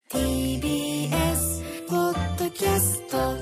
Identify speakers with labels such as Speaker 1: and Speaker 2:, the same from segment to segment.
Speaker 1: TBS ポッドキャスト。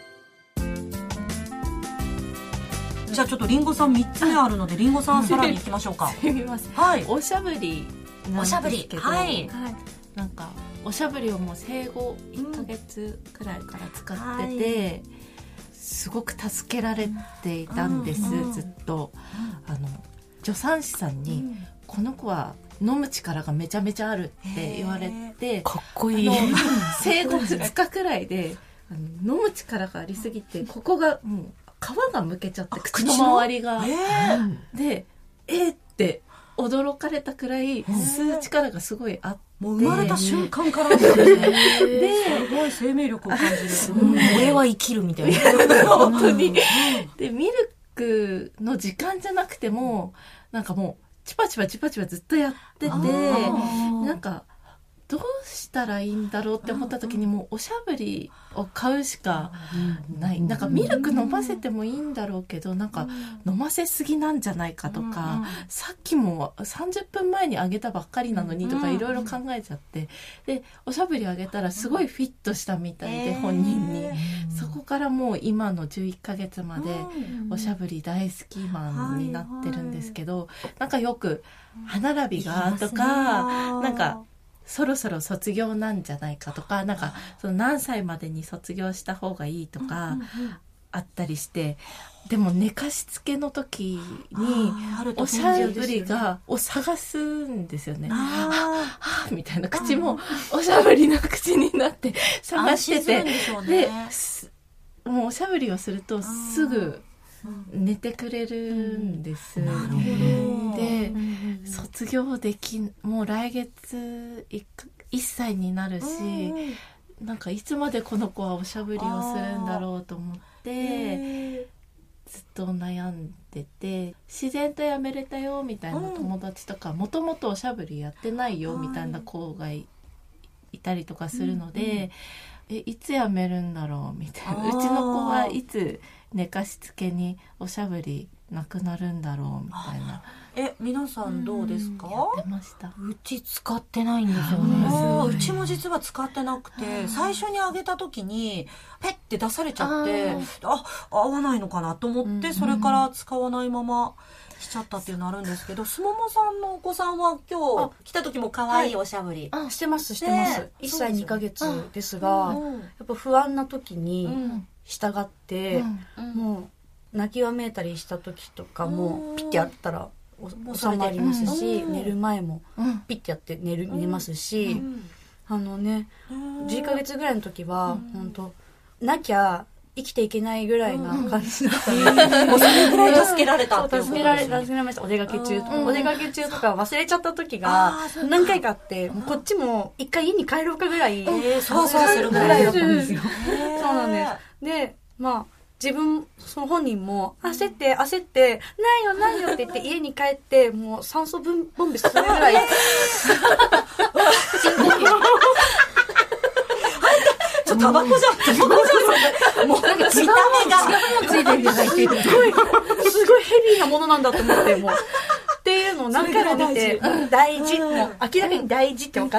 Speaker 1: じゃあちょっとリンゴさん3つ目あるので、リンゴさんさらに行きましょうか。
Speaker 2: すみません、
Speaker 1: はい、
Speaker 2: おしゃぶりなんですけど、
Speaker 1: はい、
Speaker 2: なんかおしゃぶりをもう生後1ヶ月くらいから使ってて、すごく助けられていたんです、ずっと。助産師さんに、この子は飲む力がめちゃめちゃあるって言われて、
Speaker 3: かっこいい。
Speaker 2: 生後2日くらいで飲む力がありすぎて、ここがもう皮がむけちゃって、口の周りが、でって驚かれたくらい吸う力がすごいあって、
Speaker 1: もう生まれた瞬間からですね。ですごい生命力を感じる。
Speaker 3: 俺は生きるみたいな。
Speaker 2: 本当に。でミルクの時間じゃなくても、なんかもうチパチパずっとやってて、なんかどうしたらいいんだろうって思った時に、もうおしゃぶりを買うしかない。なんかミルク飲ませてもいいんだろうけど、なんか飲ませすぎなんじゃないかとか、さっきも30分前にあげたばっかりなのにとかいろいろ考えちゃって、でおしゃぶりあげたらすごいフィットしたみたいで、本人に。そこからもう今の11ヶ月までおしゃぶり大好きマンになってるんですけど、なんかよく歯並びがとか、なんかそろそろ卒業なんじゃないかとか、なんかその何歳までに卒業した方がいいとかあったりして、でも寝かしつけの時におしゃぶりを探すんですよね。みたいな、口もおしゃぶりの口になって探してて、でもうおしゃぶりをするとすぐ寝てくれるんです。で卒業できもう来月 1歳になるし、なんかいつまでこの子はおしゃぶりをするんだろうと思ってずっと悩んでて、自然とやめれたよみたいな友達とか、もともとおしゃぶりやってないよみたいな子が いたりとかするので、いつやめるんだろうみたいな、うちの子はいつ寝かしつけにおしゃぶりなくなるんだろうみたいな。
Speaker 1: 皆さんどうですか？
Speaker 2: やってました。
Speaker 3: うち使ってないんですよね。
Speaker 1: うちも実は使ってなくて、最初にあげた時にペッて出されちゃって、合わないのかなと思って、それから使わないまましちゃったっていうのあるんですけど、すももさんのお子さんは今日来た時も可愛いおしゃぶり、
Speaker 4: してます。1歳2ヶ月ですが、やっぱ不安な時に従って、もう泣きわめいたりした時とかもピッてやったら収まりますし、寝る前もピッてやって寝ますし、11ヶ月ぐらいの時は本当なきゃ生きていけないぐらいな感じだった
Speaker 1: もうそれぐらい助けられたっていうことですね。
Speaker 4: 助けられました。お出かけ中とか忘れちゃった時が何回かあって、こっちも一回家に帰ろうかぐらい
Speaker 1: そうするぐ
Speaker 4: らいだったんですよ。そうなんです。で、自分、その本人も焦ってないよって言って家に帰って、もう酸素ボンベするぐらい
Speaker 1: タバコじゃん。もうなんか見た目が
Speaker 4: ついてるじゃないっていう。すごいヘビーなものなんだと思って、もう。っていうのを何回も見て、大事。もう明らかに大事って分かって。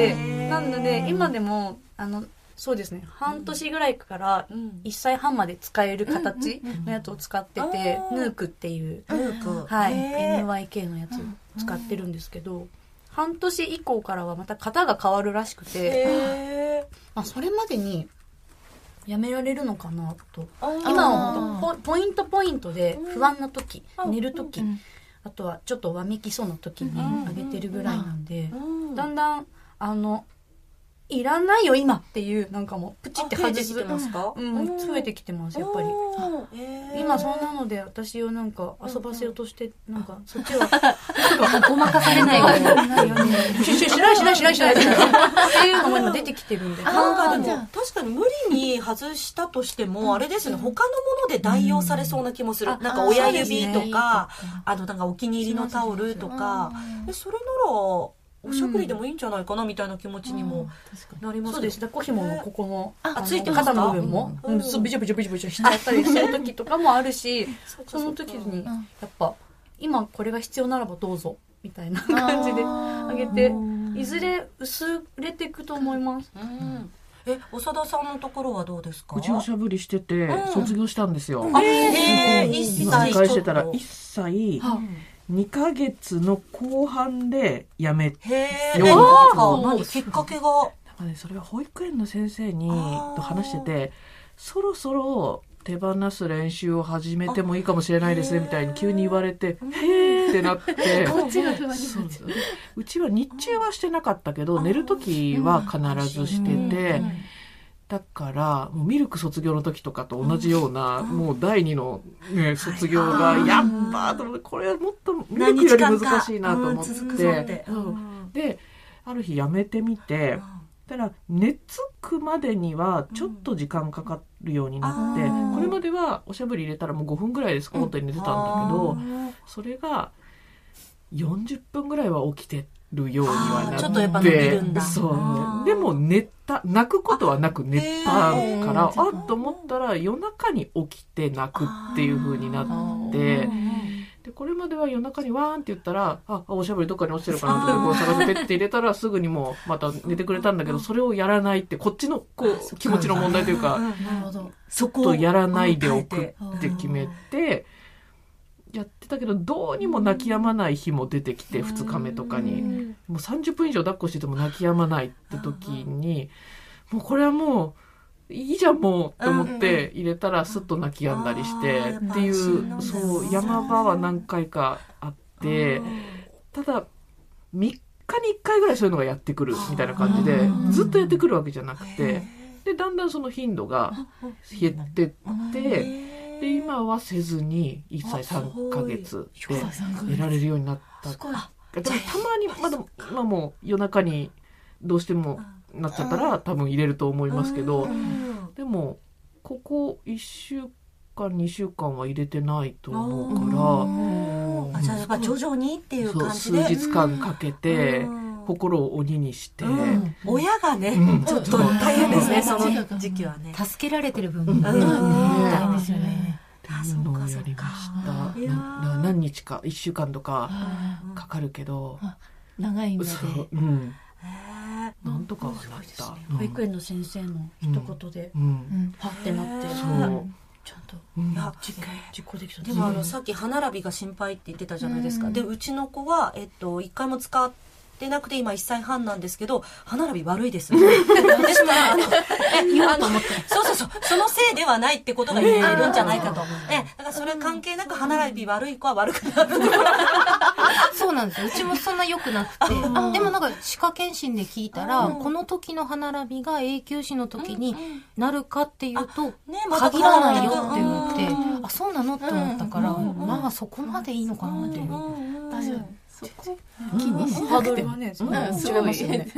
Speaker 4: なので、今でも、そうですね、半年ぐらいから1歳半まで使える形のやつを使ってて、ヌークっていう、NYK のやつを使ってるんですけど、半年以降からはまた型が変わるらしくて、それまでにやめられるのかなと。今は本当ポイントで不安な時、寝る時、あとはちょっとわめきそうな時にあげてるぐらいなんで、だんだんいらないよ今っていう、なんかもうプチって外す。
Speaker 1: 増えてきてますか？
Speaker 4: 増えてきてます、やっぱり。今そんなので私をなんか遊ばせようとして、なんかそっちは
Speaker 3: ごまかされないから
Speaker 4: しないっていうのも今出てきてるんで。
Speaker 1: でも確かに無理に外したとしても、あれですね、他のもので代用されそうな気もする。なんか親指とか、なんかお気に入りのタオルとか、それならおしゃぶりでもいいんじゃないかなみたいな気持ちにもなります。
Speaker 4: そうです。抱っこ紐のここの
Speaker 1: ついてますか？
Speaker 4: 肩の部分もビチョビチョしちゃったりする時とかもあるし、その時にやっぱ今これが必要ならばどうぞみたいな感じであげていずれ薄れていくと思います。
Speaker 1: 長田さんのところはどうですか？
Speaker 5: うちおしゃぶりしてて卒業したんですよ。
Speaker 1: 1歳
Speaker 5: してたら1歳2ヶ月の後半で辞めて、
Speaker 1: きっかけが
Speaker 5: それは保育園の先生にと話してて、そろそろ手放す練習を始めてもいいかもしれないですねみたいに急に言われて、へーってなって
Speaker 2: こっちが不安になっちゃう。
Speaker 5: うちは日中はしてなかったけど寝る時は必ずしてて、だからもうミルク卒業の時とかと同じような、もう第2の、ね、卒業がやっぱと思って、これはもっとミルクより難しいなと思って、である日やめてみて、たら寝つくまでにはちょっと時間かかるようになって、これまではおしゃぶり入れたらもう5分ぐらいでスコートに寝てたんだけど、それが40分ぐらいは起きてるようにはなって、
Speaker 1: ちょっとやっぱ寝てるんだ。
Speaker 5: そうでも泣くことはなく寝たからと思ったら夜中に起きて泣くっていう風になって、でこれまでは夜中にワーンって言ったらおしゃぶりどっかに落ちてるかなとかこう探せてって入れたらすぐにもうまた寝てくれたんだけど、それをやらないってこっちのこう気持ちの問題というか、そこをやらないでおくって決めてやってたけど、どうにも泣き止まない日も出てきて、2日目とかにもう30分以上抱っこしてても泣き止まないって時に、もうこれはもういいじゃんもうと思って入れたらスッと泣き止んだりしてっていう、そう山場は何回かあって、ただ3日に1回ぐらいそういうのがやってくるみたいな感じでずっとやってくるわけじゃなくて、でだんだんその頻度が減ってって、で今はせずに1歳3ヶ月で得られるようになった。でもたまにまだもう夜中にどうしてもなっちゃったら多分入れると思いますけど、でもここ1週間2週間は入れてないと思うから、
Speaker 1: じゃあやっぱ徐々にっていう感じで
Speaker 5: 数日間かけて心を鬼にして、
Speaker 1: 親がね、ちょっと大変ですね、その時期はね。
Speaker 3: 助けられてる分大変ですよね。
Speaker 5: っていうのをやりました。何日か1週間とかかかるけど、
Speaker 2: 長いんだね。
Speaker 5: なんとかはなった。
Speaker 4: 保育園の先生の一言でパッてなって、ちゃんと実行できた。
Speaker 1: でもさっき歯並びが心配って言ってたじゃないですか。でうちの子は1回も使ってなくて今1歳半なんですけど、歯並び悪いです。ですから言おうと思って、そのせいではないってことが言えるんじゃないかと。だからそれ関係なく歯並び悪い子は悪くなる。
Speaker 3: そうなんですよ。うちもそんな良くなくて、でもなんか歯科検診で聞いたら、この時の歯並びが永久歯の時になるかっていうと限らないよって言って、あ、そうなのって思ったから、まあそこまでいいのかなって。
Speaker 2: 確かにそこ
Speaker 4: 気にしなくてもね、違いますよね。ちなみに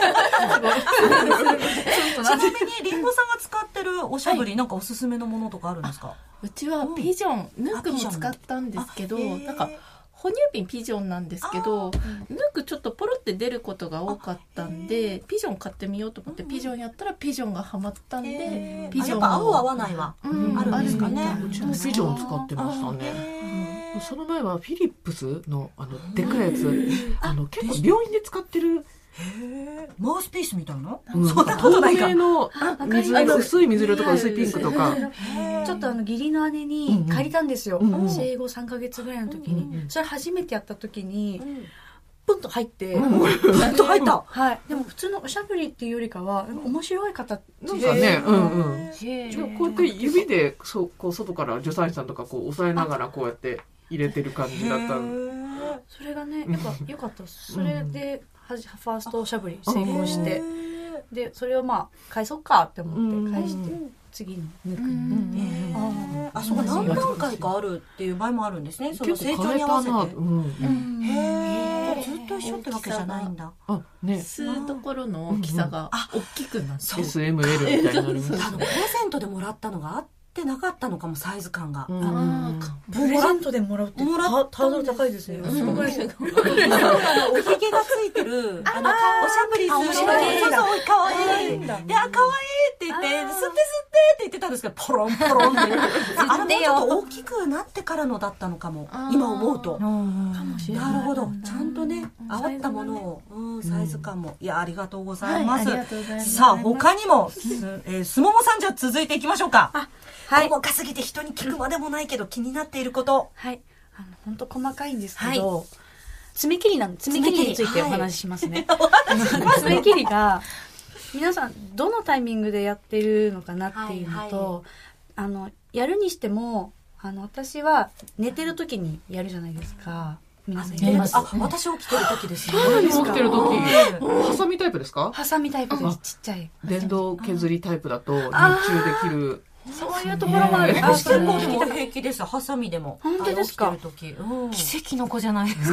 Speaker 1: りんごさんが使ってるおしゃぶり、なんかおすすめのものとかあるんですか？
Speaker 2: うちはピジョン、ヌックも使ったんですけど、なんか哺乳瓶ピジョンなんですけど、ヌックちょっとポロって出ることが多かったんで、ピジョン買ってみようと思ってピジョンやったらピジョンがハマったんで、ピジョン
Speaker 1: やっぱ合う合わないはあるんですかね。
Speaker 5: うちもピジョン使ってましたね。その前はフィリップスのでっかいやつ、結構病院で使ってる
Speaker 1: マウスピースみたいな、
Speaker 5: 透明の薄い水色とか薄いピンクとか、
Speaker 4: ちょっと義理の姉に借りたんですよ、生後3ヶ月ぐらいの時に。それ初めてやった時にプンと入って、
Speaker 1: プンと入った。
Speaker 4: はい。でも普通のおしゃぶりっていうよりかは面白い形で、
Speaker 5: なんかね、こうやって指でこう外から助産師さんとかこう押さえながらこうやって入れてる感じだった。
Speaker 4: それがね、やっぱ良かったです。それでファーストおしゃぶり成功して、でそれを返そうかって思って返して、次の抜くに。
Speaker 1: そうか、何段階かあるっていう場合もあるんですね。その成長に合わせて。ずっと一緒ってわけじゃないんだ。
Speaker 2: 吸うところの大きさが大きくなって、
Speaker 5: SML みたいになります。
Speaker 1: プレゼントでもらったのがあってなかったのかも、サイズ感が。
Speaker 4: プレゼントでもらうってハードル高いですね。おひげがついてるおしゃぶりするのに、かわいいで、かわいいって言って、吸ってって言って
Speaker 1: ってたんですけど、ポロンポロンって。あれもちょっと大きくなってからのだったのかも。今思うと。なるほど。ちゃんとね、合ったものを、サイズ感も。いや、ありがとうございます。さあ、他にも、すももさんじゃ続いていきましょうか。細かすぎて人に聞くまでもないけど気になっていること。
Speaker 4: はい。本当細かいんですけど、爪切りについてお話ししますね。爪切りが、皆さんどのタイミングでやってるのかなっていうのと、やるにしても、私は寝てる時にやるじゃないですか。皆さんやります。
Speaker 1: 私起きてる時ですね。
Speaker 5: 起きてる時、ハサミタイプですか？
Speaker 4: ハサミタイプです。ちっちゃい。
Speaker 5: 電動削りタイプだと日中できる。
Speaker 4: そういうところもある。
Speaker 1: 結構でも平気です。ハサミでも。
Speaker 4: 本当ですか？
Speaker 3: 奇跡の子じゃないですか。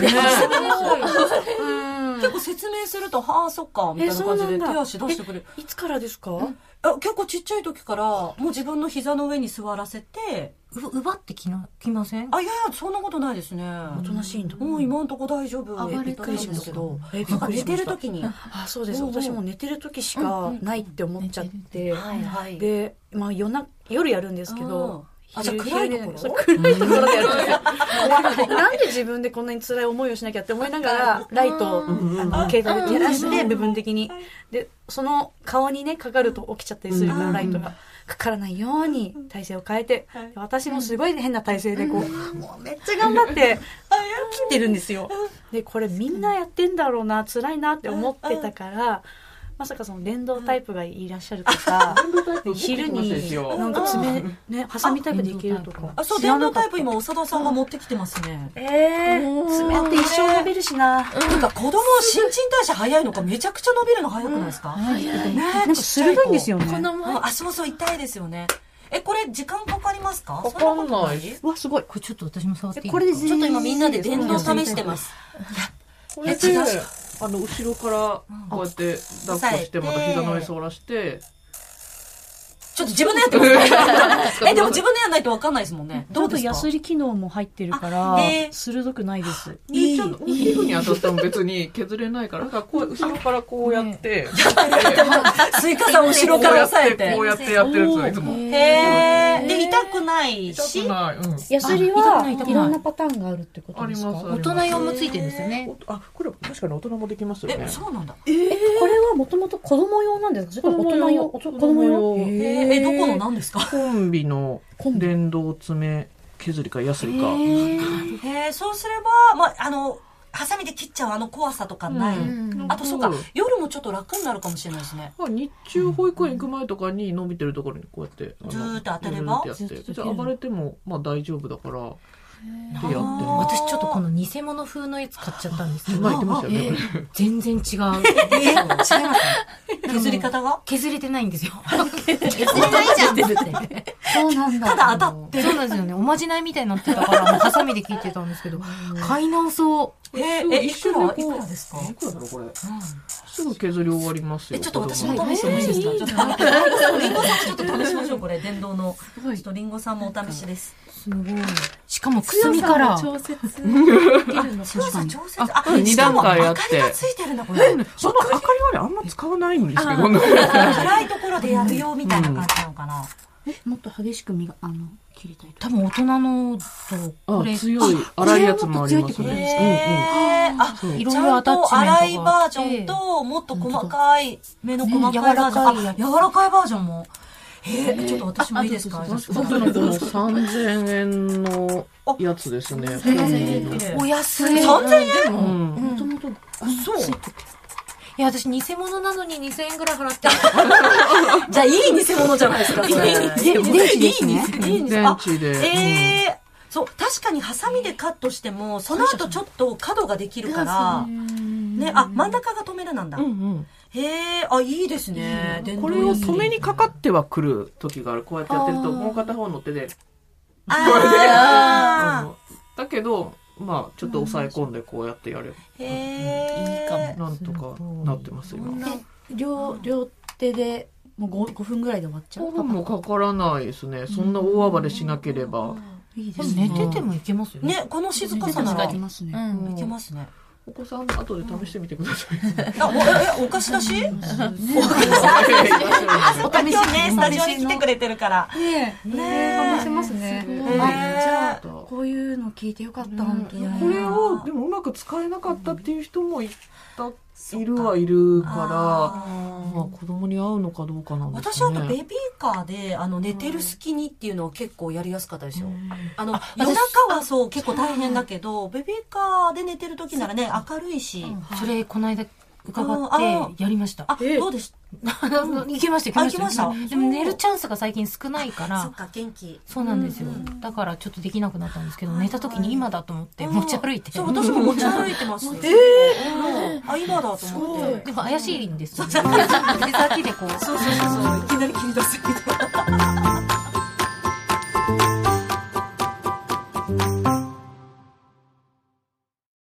Speaker 1: 結構説明すると、はあ、そっか、みたいな感じで手足出してくれる。
Speaker 4: いつからですか？
Speaker 1: 結構ちっちゃい時から、もう自分の膝の上に座らせて、
Speaker 3: 奪ってきません？
Speaker 1: いやいや、そんなことないですね。
Speaker 4: おとなしいんだ。
Speaker 1: 今んとこ大丈夫。
Speaker 4: びっくりしましたけど。
Speaker 1: 寝てる時に。
Speaker 4: そうです。私も寝てる時しかないって思っちゃって。で、夜やるんですけど、
Speaker 1: じゃあ暗いところ？
Speaker 4: 暗いところでやるんですよ。なんで自分でこんなに辛い思いをしなきゃって思いながら、ライトを携帯で照らして、部分的に。で、その顔にね、かかると起きちゃったりするから、ライトがかからないように体勢を変えて、私もすごい変な体勢でもうめっちゃ頑張って切ってるんですよ。で、これみんなやってんだろうな、辛いなって思ってたから、まさかその電動タイプがいらっしゃるとか、昼になんかハサミタイプでいけるとか。
Speaker 1: そう、電動タイプ今、長田さんが持ってきてますね。
Speaker 4: 爪って一生伸びるしな。
Speaker 1: なんか子供新陳代謝早いのか、めちゃくちゃ伸びるの早くないですか？
Speaker 4: なんか鋭いんですよね。
Speaker 1: そう、痛いですよね。これ時間かかりますか？
Speaker 5: かかんない。
Speaker 4: うわ、すごい。
Speaker 3: これちょっと私も触っていい？
Speaker 4: これで
Speaker 1: ちょっと今みんなで電動試してます。
Speaker 5: これで後ろからこうやって抱っこしてまた膝の上反らして、
Speaker 1: ちょっと自分でやってますでも自分でやんないと分かんないですもんね。
Speaker 4: どうですか？ヤスリ機能も入ってるから鋭くないです。
Speaker 5: ちゃんと皮膚に当たっても別に削れないから、こう後ろからこうやって
Speaker 1: スイカさん後ろから押さえて
Speaker 5: こうやってやってるんですよいつも。
Speaker 1: で痛くないし、
Speaker 4: ヤスリはいろんなパターンがあるってことですか？
Speaker 3: 大人用もついてるんですよね。
Speaker 5: これ確かに大人もできますよね。
Speaker 1: そうなんだ。
Speaker 4: これはもともと子供用なんですか？それとも大人用？子供用。
Speaker 1: どこの何ですか？
Speaker 5: コンビの電動爪削りかヤスリか。
Speaker 1: そうすれば、ハサミで切っちゃう怖さとかない。あとそうか、夜もちょっと楽になるかもしれないですね。
Speaker 5: 日中保育園行く前とかに伸びてるところにこうやって
Speaker 1: ずーっと当たれば
Speaker 5: 暴れても大丈夫だから。
Speaker 3: 私ちょっとこの偽物風のやつ買っちゃったんですけど、
Speaker 5: 言ってましたよね。
Speaker 3: 全然違う。違います
Speaker 1: 削り方が
Speaker 3: 削れてないんですよ。削れないじゃんって。
Speaker 4: そうなんだ。
Speaker 1: ただ当たってる。
Speaker 3: そうなんですよね。おまじないみたいになってたから、もうハサミで切ってたんですけど、買い直そう。
Speaker 1: いくらですか？
Speaker 5: いくらだろうこれ。すぐ削り終わりますよ。
Speaker 1: ちょっと私も試してもいいですか？ちょっとリンゴさんちょっと試しましょう。これ電動の。ちょっとリンゴさんもお試しです。
Speaker 3: すごい。しかもくすみから
Speaker 4: 調節。
Speaker 5: 2段階あって。
Speaker 1: 明かりがついてるなこれ。
Speaker 5: その明かりはねあんま使わないんですけど。
Speaker 1: 暗いところでやるよみたいな感じなのかな。
Speaker 4: もっと激しく切りたい。
Speaker 3: 多分大人のと
Speaker 5: これ強い粗いやつもありますね。
Speaker 1: いろいろアタッチメントが粗いバージョンともっと細かい目の細かいバージョン、柔らかいバージョンも。ちょっと私もいいですか？
Speaker 5: 僕のこの3000円のやつですね。
Speaker 3: お安い。
Speaker 1: 3000円？
Speaker 4: もともと
Speaker 1: そう。
Speaker 3: いや、私偽物なのに2000円ぐらい払ってる。
Speaker 1: じゃあいい偽物じゃないですか。電池ですね。
Speaker 5: 電池で。
Speaker 1: そう、確かにハサミでカットしても、その後ちょっと角ができるから、ね、真ん中が止めるなんだ。いいですね。
Speaker 5: これを止めにかかってはくる時がある。こうやってやってると、もう片方の手で。だけど、ちょっと押さえ込んでこうやってやれば。
Speaker 3: いいかも。
Speaker 5: なんとかなってます今。
Speaker 4: 両手でもう5分ぐらいで終わっちゃう。
Speaker 5: もうかからないですね。そんな大暴れしなければ。
Speaker 3: いいですね。寝ててもいけますよね。
Speaker 1: ね、この静かさならいけますね。
Speaker 5: お子さん後で試してみてください。
Speaker 1: お貸し出し？ お試しね、スタジオに来てくれてるから。
Speaker 4: ねえ、話せますね。じゃあ、こういうの聞いてよかった、本当に。
Speaker 5: これを、でもうまく使えなかったっていう人もいるはいるから、まあ子供に合うのかどうかなんですね。
Speaker 1: 私はベビーカーで寝てる隙にっていうのは結構やりやすかったですよ。夜中はそう結構大変だけど、ベビーカーで寝てる時ならね、明るいし。
Speaker 3: それこの間伺ってやりました。
Speaker 1: どうでした
Speaker 3: 行きました行きました。でも寝るチャンスが最近少ないから。
Speaker 1: そっか、元気。
Speaker 3: そうなんですよ。だからちょっとできなくなったんですけど、寝た時に今だと思って持ち歩いて。
Speaker 1: そう、私も持ち歩いてます。今だと思って。
Speaker 3: でも怪しいんですよ。手先でこう。
Speaker 1: そう。いきなり切り出すみたいな。